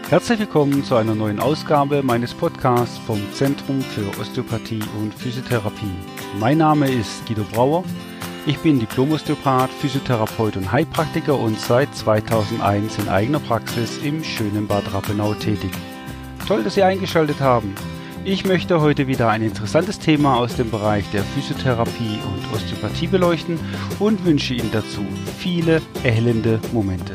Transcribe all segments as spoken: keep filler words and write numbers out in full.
Herzlich willkommen zu einer neuen Ausgabe meines Podcasts vom Zentrum für Osteopathie und Physiotherapie. Mein Name ist Guido Brauer. Ich bin Diplom-Osteopath, Physiotherapeut und Heilpraktiker und seit zweitausendeins in eigener Praxis im schönen Bad Rappenau tätig. Toll, dass Sie eingeschaltet haben. Ich möchte heute wieder ein interessantes Thema aus dem Bereich der Physiotherapie und Osteopathie beleuchten und wünsche Ihnen dazu viele erhellende Momente.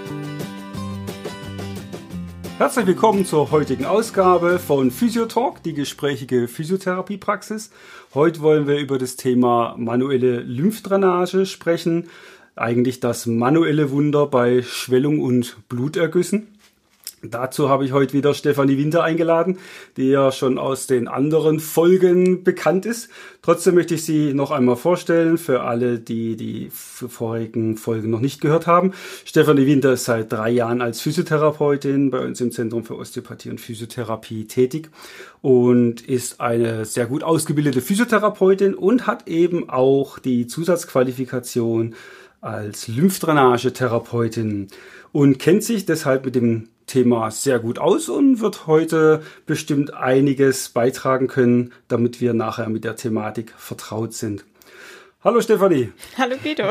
Herzlich willkommen zur heutigen Ausgabe von Physiotalk, die gesprächige Physiotherapiepraxis. Heute wollen wir über das Thema manuelle Lymphdrainage sprechen. Eigentlich das manuelle Wunder bei Schwellung und Blutergüssen. Dazu habe ich heute wieder Stefanie Winter eingeladen, die ja schon aus den anderen Folgen bekannt ist. Trotzdem möchte ich sie noch einmal vorstellen für alle, die die vorigen Folgen noch nicht gehört haben. Stefanie Winter ist seit drei Jahren als Physiotherapeutin bei uns im Zentrum für Osteopathie und Physiotherapie tätig und ist eine sehr gut ausgebildete Physiotherapeutin und hat eben auch die Zusatzqualifikation als Lymphdrainagetherapeutin und kennt sich deshalb mit dem Thema sehr gut aus und wird heute bestimmt einiges beitragen können, damit wir nachher mit der Thematik vertraut sind. Hallo Stefanie. Hallo Guido.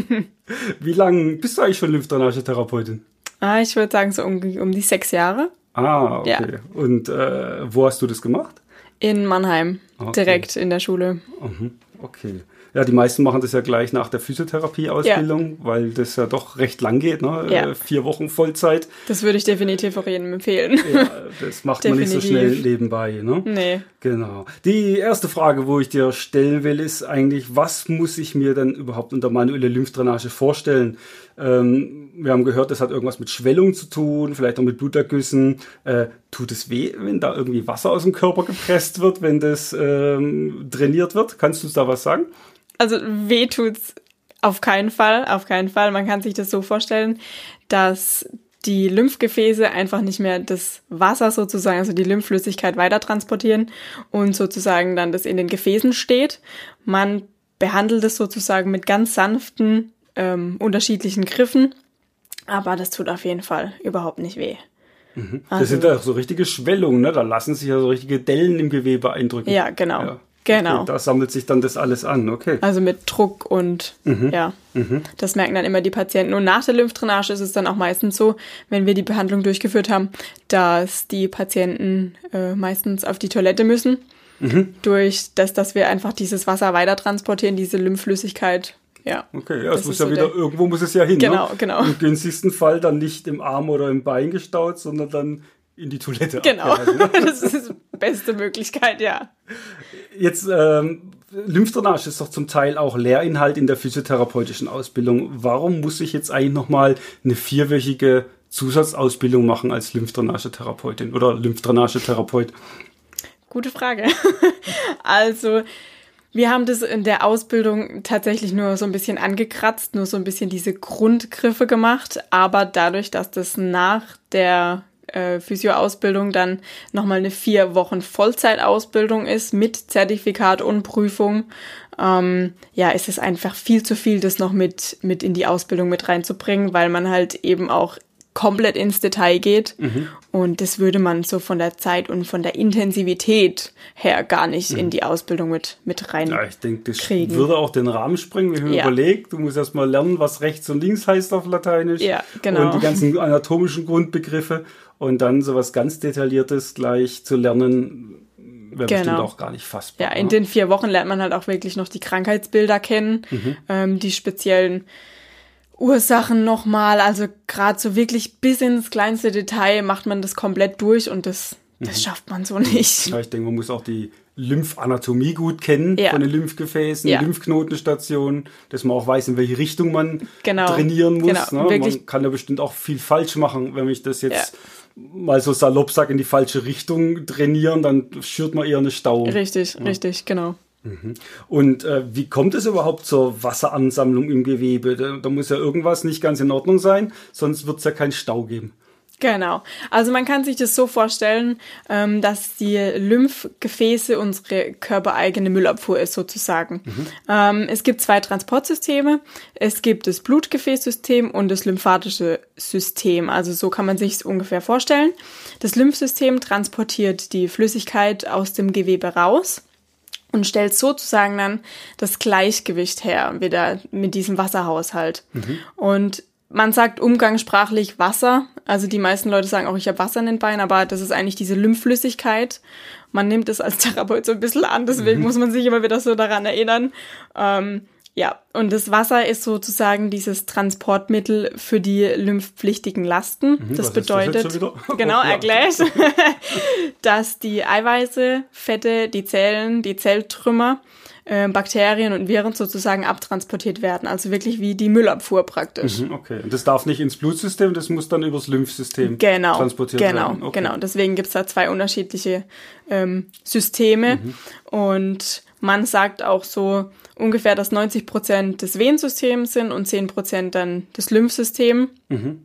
Wie lange bist du eigentlich schon Lymphdrainagetherapeutin? Ah, ich würde sagen so um, um die sechs Jahre. Ah, okay. Ja. Und äh, wo hast du das gemacht? In Mannheim, okay. Direkt in der Schule. Mhm. Okay. Ja, die meisten machen das ja gleich nach der Physiotherapie-Ausbildung, ja. Weil das ja doch recht lang geht, ne? Ja. Vier Wochen Vollzeit. Das würde ich definitiv auch jedem empfehlen. Ja, das macht man nicht so schnell nebenbei, ne? Nee. Genau. Die erste Frage, wo ich dir stellen will, ist eigentlich, was muss ich mir denn überhaupt unter manuelle Lymphdrainage vorstellen? Ähm, wir haben gehört, das hat irgendwas mit Schwellung zu tun, vielleicht auch mit Blutergüssen. Äh, tut es weh, wenn da irgendwie Wasser aus dem Körper gepresst wird, wenn das ähm, trainiert wird? Kannst du uns da was sagen? Also weh tut's auf keinen Fall, auf keinen Fall. Man kann sich das so vorstellen, dass die Lymphgefäße einfach nicht mehr das Wasser sozusagen, also die Lymphflüssigkeit weiter transportieren und sozusagen dann das in den Gefäßen steht. Man behandelt es sozusagen mit ganz sanften, ähm, unterschiedlichen Griffen, aber das tut auf jeden Fall überhaupt nicht weh. Mhm. Das also, sind ja so richtige Schwellungen, ne? Da lassen sich ja so richtige Dellen im Gewebe eindrücken. Ja, genau. Ja. Genau. Okay, da sammelt sich dann das alles an, okay. Also mit Druck und mhm. ja, mhm. das merken dann immer die Patienten. Und nach der Lymphdrainage ist es dann auch meistens so, wenn wir die Behandlung durchgeführt haben, dass die Patienten äh, meistens auf die Toilette müssen. Mhm. Durch das, dass wir einfach dieses Wasser weiter transportieren, diese Lymphflüssigkeit. Ja. Okay, ja, es muss ja so wieder, der, irgendwo muss es ja hin. Genau, ne? genau. Im günstigsten Fall dann nicht im Arm oder im Bein gestaut, sondern dann in die Toilette. Genau, das ist die beste Möglichkeit, ja. Jetzt, ähm, Lymphdrainage ist doch zum Teil auch Lehrinhalt in der physiotherapeutischen Ausbildung. Warum muss ich jetzt eigentlich nochmal eine vierwöchige Zusatzausbildung machen als Lymphdrainagetherapeutin oder Lymphdrainagetherapeut? Gute Frage. Also, wir haben das in der Ausbildung tatsächlich nur so ein bisschen angekratzt, nur so ein bisschen diese Grundgriffe gemacht, aber dadurch, dass das nach der Physio-Ausbildung dann nochmal eine vier Wochen Vollzeitausbildung ist mit Zertifikat und Prüfung, ähm, ja, ist es einfach viel zu viel, das noch mit, mit in die Ausbildung mit reinzubringen, weil man halt eben auch komplett ins Detail geht mhm. und das würde man so von der Zeit und von der Intensivität her gar nicht mhm. in die Ausbildung mit, mit rein Ja, ich denke, das kriegen. würde auch den Rahmen sprengen, wenn ich mir ja. überlege, du musst erst mal lernen, was rechts und links heißt auf Lateinisch ja, genau. und die ganzen anatomischen Grundbegriffe und dann sowas ganz Detailliertes gleich zu lernen, wäre genau. bestimmt auch gar nicht fassbar. Ja, in ne? den vier Wochen lernt man halt auch wirklich noch die Krankheitsbilder kennen, mhm. ähm, die speziellen Ursachen nochmal, also gerade so wirklich bis ins kleinste Detail macht man das komplett durch und das, das mhm. schafft man so nicht. Ja, ich denke, man muss auch die Lymphanatomie gut kennen ja. von den Lymphgefäßen, ja. Lymphknotenstationen, dass man auch weiß, in welche Richtung man genau. trainieren muss. Genau. Ne? Wirklich. Man kann ja bestimmt auch viel falsch machen, wenn ich das jetzt ja. mal so salopp sage, in die falsche Richtung trainieren, dann schürt man eher eine Stauung. Richtig, ja. richtig, genau. Mhm. Und äh, wie kommt es überhaupt zur Wasseransammlung im Gewebe? Da, da muss ja irgendwas nicht ganz in Ordnung sein, sonst wird es ja keinen Stau geben. Genau. Also man kann sich das so vorstellen, ähm, dass die Lymphgefäße unsere körpereigene Müllabfuhr ist sozusagen. Mhm. Ähm, es gibt zwei Transportsysteme. Es gibt das Blutgefäßsystem und das lymphatische System. Also so kann man sich es ungefähr vorstellen. Das Lymphsystem transportiert die Flüssigkeit aus dem Gewebe raus und stellt sozusagen dann das Gleichgewicht her, wieder mit diesem Wasserhaushalt. Mhm. Und man sagt umgangssprachlich Wasser. Also die meisten Leute sagen auch, ich habe Wasser in den Beinen, aber das ist eigentlich diese Lymphflüssigkeit. Man nimmt es als Therapeut so ein bisschen an, deswegen mhm. muss man sich immer wieder so daran erinnern. Ähm, ja, und das Wasser ist sozusagen dieses Transportmittel für die lymphpflichtigen Lasten. Mhm, das bedeutet, das genau, erklärt, dass die Eiweiße, Fette, die Zellen, die Zelltrümmer, äh, Bakterien und Viren sozusagen abtransportiert werden. Also wirklich wie die Müllabfuhr praktisch. Mhm, okay, und das darf nicht ins Blutsystem, das muss dann übers Lymphsystem genau, transportiert genau, werden. Okay. Genau, deswegen gibt's da zwei unterschiedliche ähm, Systeme. Mhm. Und man sagt auch so ungefähr, dass neunzig Prozent des Venensystems sind und zehn Prozent dann das Lymphsystem. Mhm.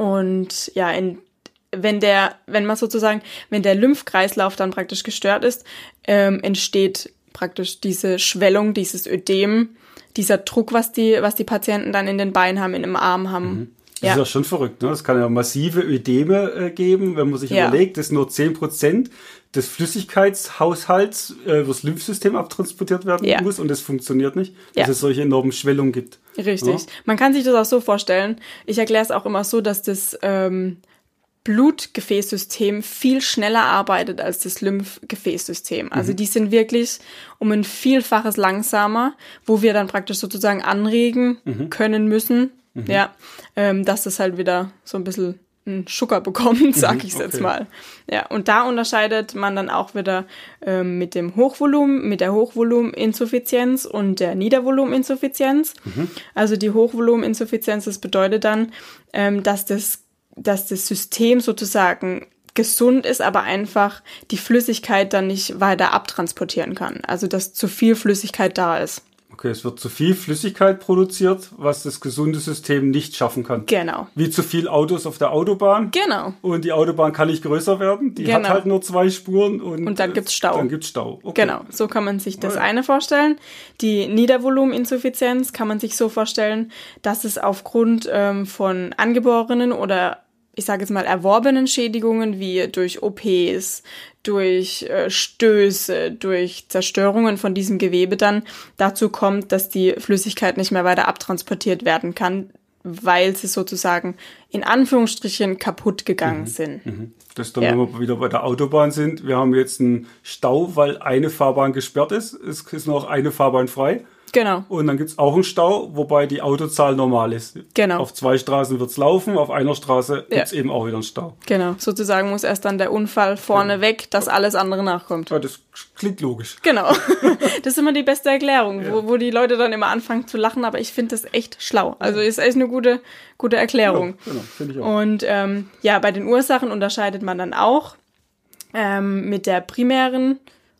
Und ja, in, wenn der, wenn man sozusagen, wenn der Lymphkreislauf dann praktisch gestört ist, ähm, entsteht praktisch diese Schwellung, dieses Ödem, dieser Druck, was die, was die Patienten dann in den Beinen haben, in dem Arm haben. Mhm. Das ja. ist ja schon verrückt, ne? Es kann ja massive Ödeme äh, geben, wenn man sich ja. überlegt, dass nur zehn Prozent des Flüssigkeitshaushalts äh, über das Lymphsystem abtransportiert werden ja. muss und das funktioniert nicht, dass ja. es solche enormen Schwellungen gibt. Richtig. Ja? Man kann sich das auch so vorstellen. Ich erkläre es auch immer so, dass das ähm, Blutgefäßsystem viel schneller arbeitet als das Lymphgefäßsystem. Also mhm. die sind wirklich um ein Vielfaches langsamer, wo wir dann praktisch sozusagen anregen mhm. können müssen, mhm. ja, ähm, dass das halt wieder so ein bisschen einen Schucker bekommt, sag mhm, ich jetzt okay. mal. Ja, und da unterscheidet man dann auch wieder ähm, mit dem Hochvolumen, mit der Hochvolumeninsuffizienz und der Niedervolumeninsuffizienz. Mhm. Also die Hochvolumeninsuffizienz, das bedeutet dann, ähm, dass das dass das System sozusagen gesund ist, aber einfach die Flüssigkeit dann nicht weiter abtransportieren kann. Also, dass zu viel Flüssigkeit da ist. Okay, es wird zu viel Flüssigkeit produziert, was das gesunde System nicht schaffen kann. Genau. Wie zu viel Autos auf der Autobahn. Genau. Und die Autobahn kann nicht größer werden. Die genau. hat halt nur zwei Spuren. Und, und dann gibt's Stau. Dann gibt's Stau. Okay. Genau, so kann man sich das eine vorstellen. Die Niedervolumeninsuffizienz kann man sich so vorstellen, dass es aufgrund ähm, von angeborenen oder ich sage jetzt mal erworbenen Schädigungen wie durch O Ps, durch äh, Stöße, durch Zerstörungen von diesem Gewebe dann dazu kommt, dass die Flüssigkeit nicht mehr weiter abtransportiert werden kann, weil sie sozusagen in Anführungsstrichen kaputt gegangen mhm, sind. Mhm. Das ist dann, ja. wenn wir wieder bei der Autobahn sind. Wir haben jetzt einen Stau, weil eine Fahrbahn gesperrt ist. Es ist noch eine Fahrbahn frei. Genau. Und dann gibt's auch einen Stau, wobei die Autozahl normal ist. Genau. Auf zwei Straßen wird's laufen, auf einer Straße gibt's ja. eben auch wieder einen Stau. Genau. Sozusagen muss erst dann der Unfall vorne ja. weg, dass alles andere nachkommt. Ja, das klingt logisch. Genau. Das ist immer die beste Erklärung, ja. wo, wo die Leute dann immer anfangen zu lachen, aber ich finde das echt schlau. Also ist echt eine gute, gute Erklärung. Ja, genau, finde ich auch. Und ähm, ja, bei den Ursachen unterscheidet man dann auch ähm, mit der primären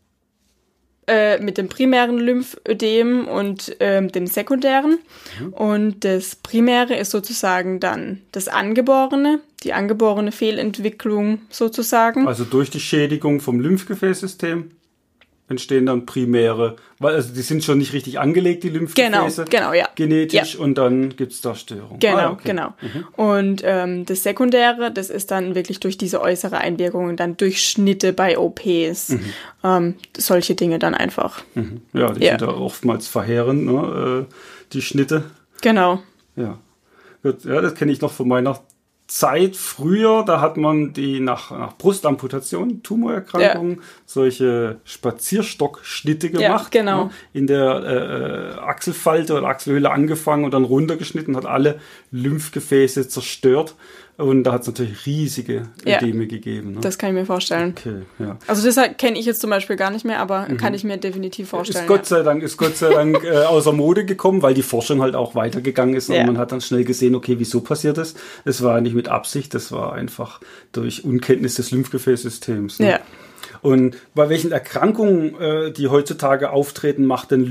mit dem primären Lymphödem und ähm, dem sekundären. Mhm. Und das Primäre ist sozusagen dann das Angeborene, die angeborene Fehlentwicklung sozusagen. Also durch die Schädigung vom Lymphgefäßsystem entstehen dann primäre, weil also die sind schon nicht richtig angelegt, die Lymphgefäße. Genau, genau, ja. Genetisch ja. und dann gibt's da Störungen. Genau, ah, okay. genau. Mhm. Und ähm, das Sekundäre, das ist dann wirklich durch diese äußere Einwirkungen, dann durch Schnitte bei O Ps, mhm. ähm, solche Dinge dann einfach. Mhm. Ja, die ja. sind ja oftmals verheerend, ne? äh, die Schnitte. Genau. Ja, Gut, ja das kenne ich noch von meiner Zeit früher, da hat man die nach, nach Brustamputation, Tumorerkrankungen, ja. solche Spazierstockschnitte gemacht. Ja, genau. Ne, in der äh, Achselfalte oder Achselhöhle angefangen und dann runtergeschnitten, hat alle Lymphgefäße zerstört. Und da hat es natürlich riesige Ödeme ja, gegeben. Ne? Das kann ich mir vorstellen. Okay, ja. Also das kenne ich jetzt zum Beispiel gar nicht mehr, aber mhm. kann ich mir definitiv vorstellen. Ist Gott sei Dank, ist Gott sei Dank äh, außer Mode gekommen, weil die Forschung halt auch weitergegangen ist. Ja. Und man hat dann schnell gesehen, okay, wieso passiert das? Es war nicht mit Absicht, das war einfach durch Unkenntnis des Lymphgefäßsystems. Ne? Ja. Und bei welchen Erkrankungen, äh, die heutzutage auftreten, macht denn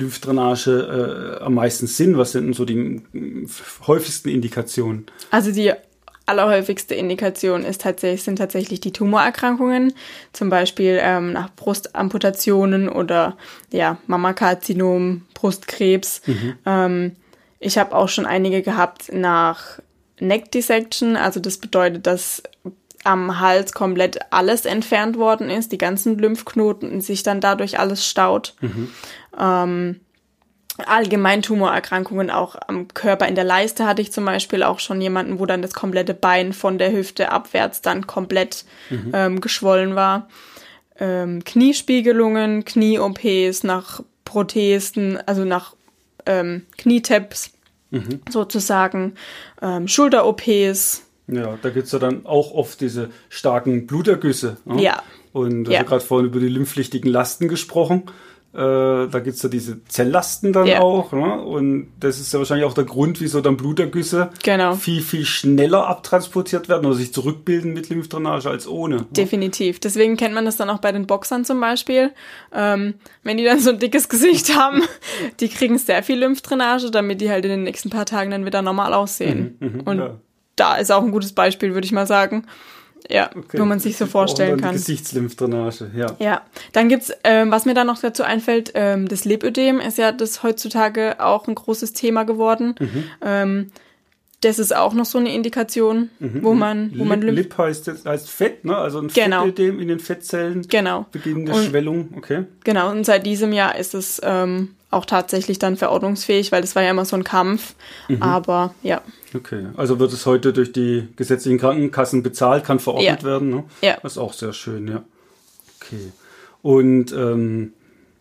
Lymphdrainage äh, am meisten Sinn? Was sind denn so die äh, häufigsten Indikationen? Also die allerhäufigste Indikation ist tatsächlich, sind tatsächlich die Tumorerkrankungen, zum Beispiel ähm, nach Brustamputationen oder ja, Mammakarzinom, Brustkrebs. Mhm. Ähm, ich habe auch schon einige gehabt nach Neck Dissection, also das bedeutet, dass am Hals komplett alles entfernt worden ist, die ganzen Lymphknoten und sich dann dadurch alles staut. Mhm. Ähm, allgemein Tumorerkrankungen auch am Körper, in der Leiste hatte ich zum Beispiel auch schon jemanden, wo dann das komplette Bein von der Hüfte abwärts dann komplett mhm. ähm, geschwollen war. Ähm, Kniespiegelungen, Knie-O Ps nach Prothesen, also nach ähm, Knietaps mhm. sozusagen, ähm, Schulter-O Ps. Ja, da gibt es ja dann auch oft diese starken Blutergüsse. Ne? Ja. Und du ja. hast ja gerade vorhin über die lymphpflichtigen Lasten gesprochen. Äh, da gibt es ja diese Zelllasten dann ja. auch. Ne? Und das ist ja wahrscheinlich auch der Grund, wieso dann Blutergüsse genau. viel, viel schneller abtransportiert werden oder sich zurückbilden mit Lymphdrainage als ohne. Ne? Definitiv. Deswegen kennt man das dann auch bei den Boxern zum Beispiel. Ähm, wenn die dann so ein dickes Gesicht haben, die kriegen sehr viel Lymphdrainage, damit die halt in den nächsten paar Tagen dann wieder normal aussehen. Mhm, mh, Und ja. da ist auch ein gutes Beispiel, würde ich mal sagen. Ja, okay. Wo man sich so vorstellen kann. Gesichtslymphdrainage, ja. Ja, dann gibt's, ähm, was mir da noch dazu einfällt, ähm, das Lipödem ist ja das heutzutage auch ein großes Thema geworden. Mhm. Ähm, das ist auch noch so eine Indikation, mhm. wo man, wo man Lip, Lip heißt, heißt Fett, ne? Also ein genau. Fettödem in den Fettzellen. Genau. Beginnende und, Schwellung, okay. Genau, und seit diesem Jahr ist es ähm, auch tatsächlich dann verordnungsfähig, weil das war ja immer so ein Kampf. Mhm. Aber ja. Okay, also wird es heute durch die gesetzlichen Krankenkassen bezahlt, kann verordnet ja. werden, ne? Ja. Das ist auch sehr schön, ja. Okay. Und ähm,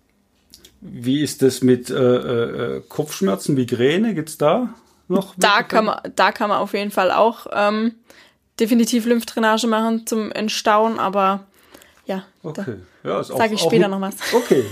wie ist das mit äh, äh, Kopfschmerzen, Migräne? Gibt's da noch? Da kann man, da kann man auf jeden Fall auch ähm, definitiv Lymphdrainage machen zum Entstauen, aber ja, okay. Ja, sage ich später ein, noch was. Okay.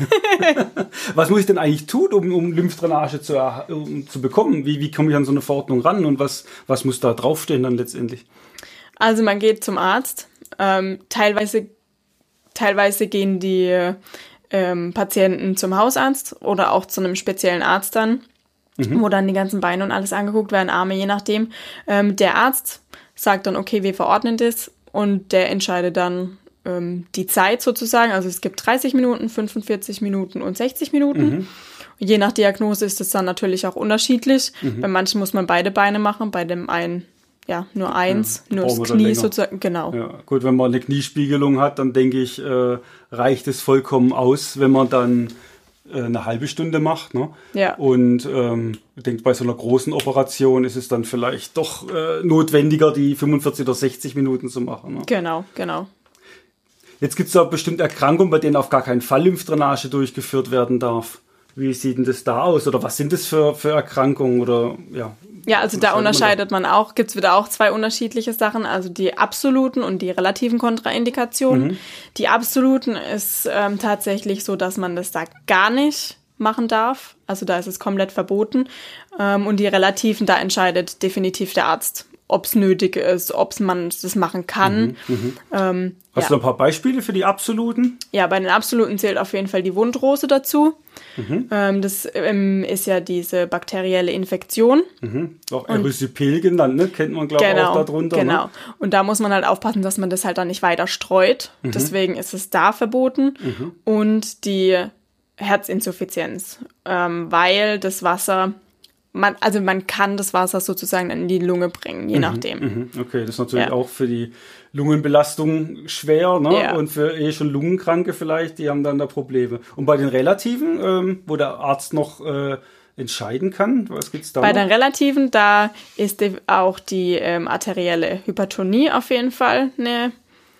Was muss ich denn eigentlich tun, um, um Lymphdrainage zu, um, zu bekommen? Wie, wie komme ich an so eine Verordnung ran und was, was muss da draufstehen dann letztendlich? Also man geht zum Arzt. Ähm, teilweise, teilweise gehen die ähm, Patienten zum Hausarzt oder auch zu einem speziellen Arzt dann, mhm. wo dann die ganzen Beine und alles angeguckt werden, Arme, je nachdem. Ähm, der Arzt sagt dann, okay, wir verordnen das und der entscheidet dann ähm, die Zeit sozusagen. Also es gibt dreißig Minuten, fünfundvierzig Minuten und sechzig Minuten. Mhm. Je nach Diagnose ist es dann natürlich auch unterschiedlich. Mhm. Bei manchen muss man beide Beine machen, bei dem einen ja nur eins, ja, nur das Knie sozusagen. Genau. Ja, gut, wenn man eine Kniespiegelung hat, dann denke ich, äh, reicht es vollkommen aus, wenn man dann äh, eine halbe Stunde macht. Ne? Ja. Und ähm, ich denke, bei so einer großen Operation ist es dann vielleicht doch äh, notwendiger, die fünfundvierzig oder sechzig Minuten zu machen. Ne? Genau, genau. Jetzt gibt es da bestimmt Erkrankungen, bei denen auf gar keinen Fall Lymphdrainage durchgeführt werden darf. Wie sieht denn das da aus? Oder was sind das für, für Erkrankungen? Oder, ja, ja, also da unterscheidet man, man auch, gibt es wieder auch zwei unterschiedliche Sachen, also die absoluten und die relativen Kontraindikationen. Mhm. Die absoluten ist ähm, tatsächlich so, dass man das da gar nicht machen darf. Also da ist es komplett verboten. Ähm, und die relativen, da entscheidet definitiv der Arzt, ob es nötig ist, ob man das machen kann. Mhm, mhm. Ähm, Hast ja. du ein paar Beispiele für die absoluten? Ja, bei den absoluten zählt auf jeden Fall die Wundrose dazu. Mhm. Ähm, das ähm, ist ja diese bakterielle Infektion. Mhm. Auch Erysipeil genannt, ne? Kennt man, glaube ich, genau, auch darunter. Genau. Ne? Und da muss man halt aufpassen, dass man das halt dann nicht weiter streut. Mhm. Deswegen ist es da verboten. Mhm. Und die Herzinsuffizienz, ähm, weil das Wasser... Man, also man kann das Wasser sozusagen in die Lunge bringen, je mhm, nachdem. Mhm. Okay, das ist natürlich ja. auch für die Lungenbelastung schwer, ne? Ja. Und für eh schon Lungenkranke vielleicht, die haben dann da Probleme. Und bei den Relativen, ähm, wo der Arzt noch äh, entscheiden kann, was gibt's da Bei noch? den Relativen, da ist die, auch die ähm, arterielle Hypertonie auf jeden Fall eine,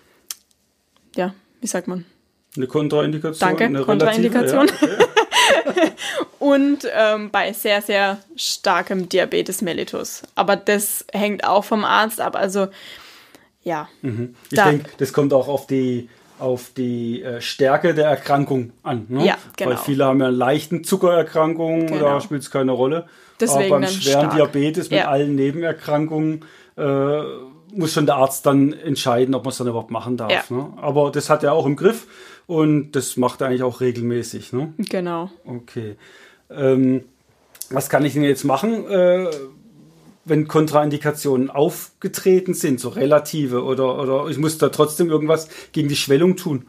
ja, wie sagt man? Eine Kontraindikation. Danke, eine Kontraindikation. Relative, ja, okay. Und ähm, bei sehr, sehr starkem Diabetes mellitus. Aber das hängt auch vom Arzt ab. Also, ja. Mhm. Ich denke, das kommt auch auf die, auf die äh, Stärke der Erkrankung an. Ne? Ja, genau. Weil viele haben ja einen leichten Zuckererkrankungen, genau. Da spielt es keine Rolle. Deswegen Aber beim schweren stark. Diabetes mit ja. allen Nebenerkrankungen äh, muss schon der Arzt dann entscheiden, ob man es dann überhaupt machen darf. Ja. Ne? Aber das hat er auch im Griff und das macht er eigentlich auch regelmäßig. Ne? Genau. Okay. Ähm, was kann ich denn jetzt machen? Äh, wenn Kontraindikationen aufgetreten sind, so relative, oder, oder ich muss da trotzdem irgendwas gegen die Schwellung tun.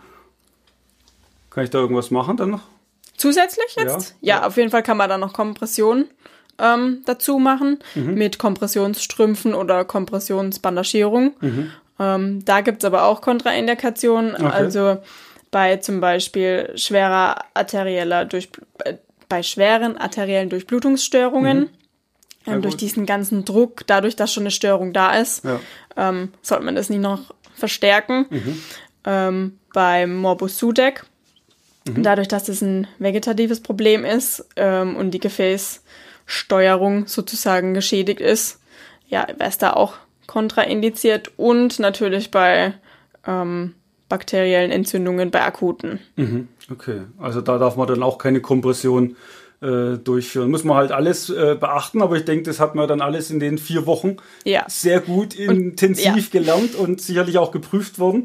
Kann ich da irgendwas machen dann noch? Zusätzlich jetzt? Ja, ja, auf jeden Fall kann man da noch Kompression ähm, dazu machen, mhm. mit Kompressionsstrümpfen oder Kompressionsbandagierung. Mhm. Ähm, da gibt's aber auch Kontraindikationen, okay. Also bei zum Beispiel schwerer arterieller Durchbl- äh, bei schweren arteriellen Durchblutungsstörungen, mhm. ähm, durch diesen ganzen Druck, dadurch, dass schon eine Störung da ist, ja. ähm, sollte man das nicht noch verstärken. Mhm. Ähm, beim Morbus Sudeck, mhm. dadurch, dass das ein vegetatives Problem ist ähm, und die Gefäßsteuerung sozusagen geschädigt ist, ja, wäre es da auch kontraindiziert und natürlich bei ähm, bakteriellen Entzündungen bei akuten. Mhm, okay, also da darf man dann auch keine Kompression äh, durchführen. Muss man halt alles äh, beachten, aber ich denke, das hat man dann alles in den vier Wochen ja. sehr gut intensiv und, ja. gelernt und sicherlich auch geprüft worden.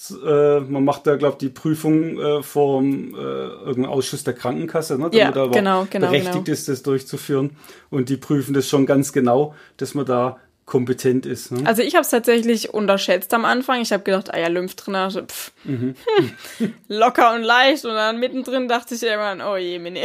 Äh, man macht da, glaube ich, die Prüfung äh, vom äh, irgendeinem Ausschuss der Krankenkasse, ne, damit ja, da genau, genau, berechtigt genau. ist, das durchzuführen. Und die prüfen das schon ganz genau, dass man da kompetent ist. Ne? Also ich habe es tatsächlich unterschätzt am Anfang. Ich habe gedacht, ah ja, Lymphdrainage, pff, mhm. hm, locker und leicht. Und dann mittendrin dachte ich irgendwann, oh je, mene.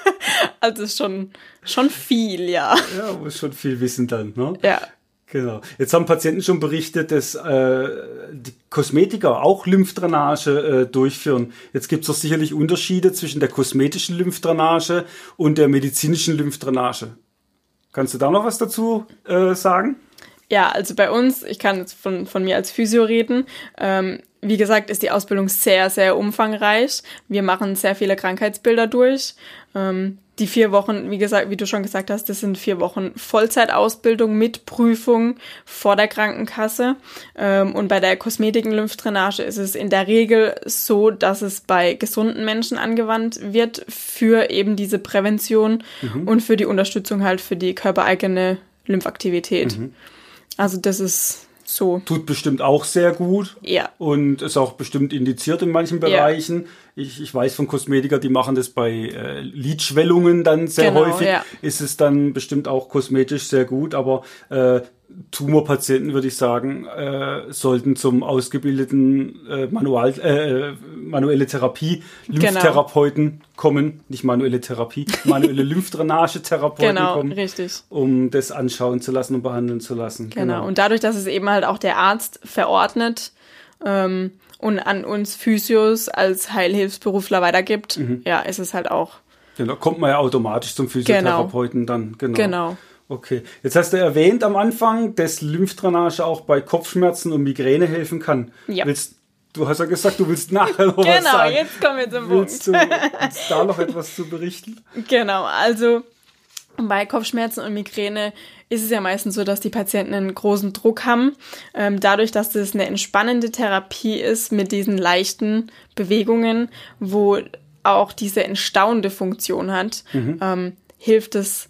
Also ist schon, schon viel, ja. Ja, muss schon viel wissen dann, ne? Ja. Genau. Jetzt haben Patienten schon berichtet, dass äh, die Kosmetiker auch Lymphdrainage äh, durchführen. Jetzt gibt es doch sicherlich Unterschiede zwischen der kosmetischen Lymphdrainage und der medizinischen Lymphdrainage. Kannst du da noch was dazu äh, sagen? Ja, also bei uns, ich kann jetzt von, von mir als Physio reden, ähm, wie gesagt, ist die Ausbildung sehr, sehr umfangreich. Wir machen sehr viele Krankheitsbilder durch. Ähm, die vier Wochen, wie gesagt, wie du schon gesagt hast, das sind vier Wochen Vollzeitausbildung mit Prüfung vor der Krankenkasse. Ähm, und bei der Kosmetiken-Lymphdrainage ist es in der Regel so, dass es bei gesunden Menschen angewandt wird für eben diese Prävention mhm. und für die Unterstützung halt für die körpereigene Lymphaktivität. Mhm. Also das ist so. Tut bestimmt auch sehr gut. Ja. Und ist auch bestimmt indiziert in manchen Bereichen. Ja. Ich, ich weiß von Kosmetikern, die machen das bei äh, Lidschwellungen dann sehr genau, häufig. Ja. Ist es dann bestimmt auch kosmetisch sehr gut. Aber äh, Tumorpatienten, würde ich sagen, äh, sollten zum ausgebildeten äh, Manual, äh, manuelle Therapie, Lymphtherapeuten genau. kommen. Nicht manuelle Therapie, manuelle Lymphdrainage-Therapeuten genau, kommen. Richtig. Um das anschauen zu lassen und behandeln zu lassen. Genau. genau. Und dadurch, dass es eben halt auch der Arzt verordnet ähm, und an uns Physios als Heilhilfsberufler weitergibt, mhm. ja, ist es halt auch. Genau, kommt man ja automatisch zum Physiotherapeuten genau. dann. Genau. Genau. Okay, jetzt hast du erwähnt am Anfang, dass Lymphdrainage auch bei Kopfschmerzen und Migräne helfen kann. Ja. Willst, du hast ja gesagt, du willst nachher noch genau, was sagen. Genau, jetzt kommen wir zum willst Punkt. Du, willst du da noch etwas zu berichten? Genau, also bei Kopfschmerzen und Migräne ist es ja meistens so, dass die Patienten einen großen Druck haben. Ähm, dadurch, dass das eine entspannende Therapie ist mit diesen leichten Bewegungen, wo auch diese entstauende Funktion hat, mhm. ähm, hilft es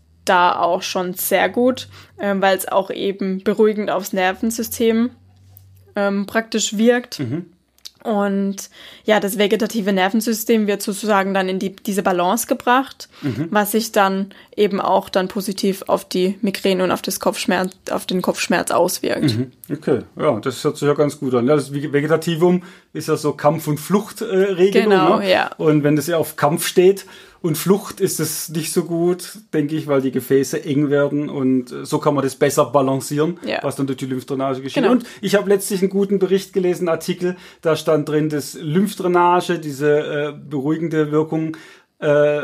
da auch schon sehr gut, ähm, weil es auch eben beruhigend aufs Nervensystem ähm, praktisch wirkt. Mhm. Und ja, das vegetative Nervensystem wird sozusagen dann in die, diese Balance gebracht, mhm. was sich dann eben auch dann positiv auf die Migräne und auf das Kopfschmerz, auf den Kopfschmerz auswirkt. Mhm. Okay, ja, das hört sich ja ganz gut an. Ja, das Vegetativum ist ja so Kampf- und Fluchtregelung. Äh, genau, ne? ja. Und wenn das ja auf Kampf steht und Flucht, ist es nicht so gut, denke ich, weil die Gefäße eng werden und so kann man das besser balancieren, ja. was dann durch die Lymphdrainage geschieht. Genau. Und ich habe letztlich einen guten Bericht gelesen, einen Artikel, da stand drin, dass Lymphdrainage, diese äh, beruhigende Wirkung, äh,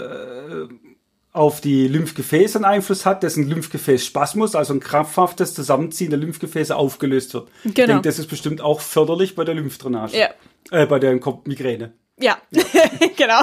auf die Lymphgefäße einen Einfluss hat, dessen Lymphgefäßspasmus, also ein krampfhaftes Zusammenziehen der Lymphgefäße aufgelöst wird. Genau. Ich denke, das ist bestimmt auch förderlich bei der Lymphdrainage. Ja. Äh, bei der Migräne. Ja, ja. Genau.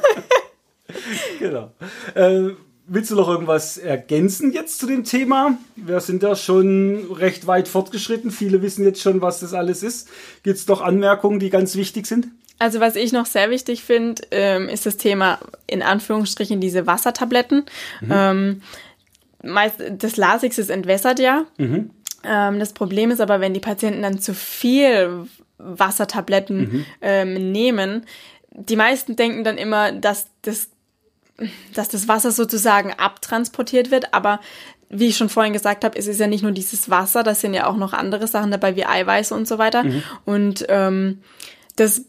Genau. Äh, willst du noch irgendwas ergänzen jetzt zu dem Thema? Wir sind ja schon recht weit fortgeschritten. Viele wissen jetzt schon, was das alles ist. Gibt es noch Anmerkungen, die ganz wichtig sind? Also was ich noch sehr wichtig finde, ähm, ist das Thema, in Anführungsstrichen, diese Wassertabletten. Mhm. Ähm, meist, das Lasix ist entwässert ja. Mhm. Ähm, das Problem ist aber, wenn die Patienten dann zu viel Wassertabletten mhm. ähm, nehmen, die meisten denken dann immer, dass das, dass das Wasser sozusagen abtransportiert wird, aber wie ich schon vorhin gesagt habe, es ist ja nicht nur dieses Wasser, das sind ja auch noch andere Sachen dabei, wie Eiweiße und so weiter. Mhm. Und ähm, das,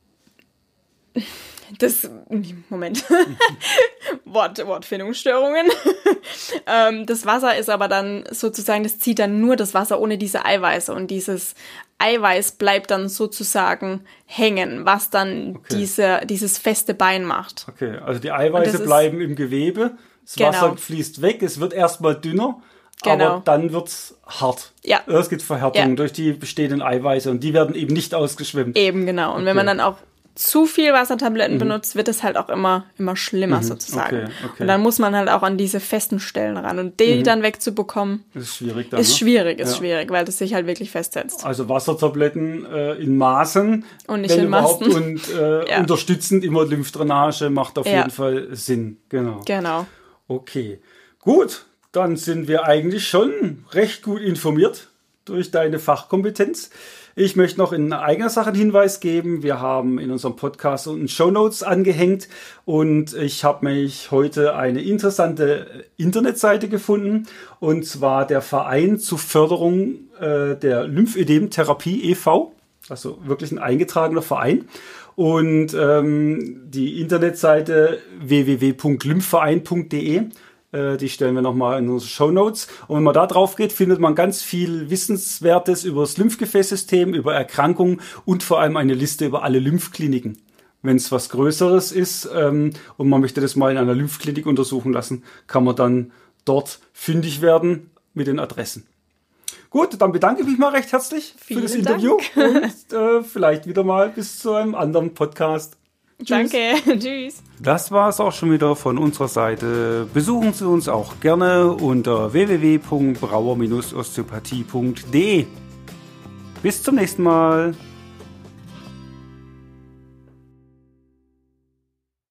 das, Moment, Wort, Wortfindungsstörungen. ähm, das Wasser ist aber dann sozusagen, das zieht dann nur das Wasser ohne diese Eiweiße und dieses Eiweiß bleibt dann sozusagen hängen, was dann okay. diese, dieses feste Bein macht. Okay, also die Eiweiße bleiben im Gewebe, das genau. Wasser fließt weg, es wird erstmal dünner, genau. aber dann wird's hart. Ja. Es gibt Verhärtung ja. durch die bestehenden Eiweiße und die werden eben nicht ausgeschwemmt. Eben, genau. Und okay. wenn man dann auch zu viel Wassertabletten mhm. benutzt, wird es halt auch immer, immer schlimmer mhm. sozusagen. Okay, okay. Und dann muss man halt auch an diese festen Stellen ran. Und die mhm. dann wegzubekommen, das ist schwierig dann, ist ne? schwierig, ist ja. schwierig, weil das sich halt wirklich festsetzt. Also Wassertabletten äh, in Maßen und nicht in Massen. Und äh, ja. unterstützend immer Lymphdrainage macht auf ja. jeden Fall Sinn. Genau. Genau. Okay, gut. Dann sind wir eigentlich schon recht gut informiert durch deine Fachkompetenz. Ich möchte noch in eigener Sache einen Hinweis geben. Wir haben in unserem Podcast unten Shownotes angehängt und ich habe mich heute eine interessante Internetseite gefunden und zwar der Verein zur Förderung äh, der Lymphödem-Therapie e V, also wirklich ein eingetragener Verein. Und ähm, die Internetseite w w w punkt lymphverein punkt d e. Die stellen wir nochmal in unsere Shownotes. Und wenn man da drauf geht, findet man ganz viel Wissenswertes über das Lymphgefäßsystem, über Erkrankungen und vor allem eine Liste über alle Lymphkliniken. Wenn es was Größeres ist ähm, und man möchte das mal in einer Lymphklinik untersuchen lassen, kann man dann dort fündig werden mit den Adressen. Gut, dann bedanke ich mich mal recht herzlich Vielen für das Dank. Interview und äh, vielleicht wieder mal bis zu einem anderen Podcast. Tschüss. Danke, tschüss. Das war es auch schon wieder von unserer Seite. Besuchen Sie uns auch gerne unter w w w punkt brauer Bindestrich osteopathie punkt d e. Bis zum nächsten Mal.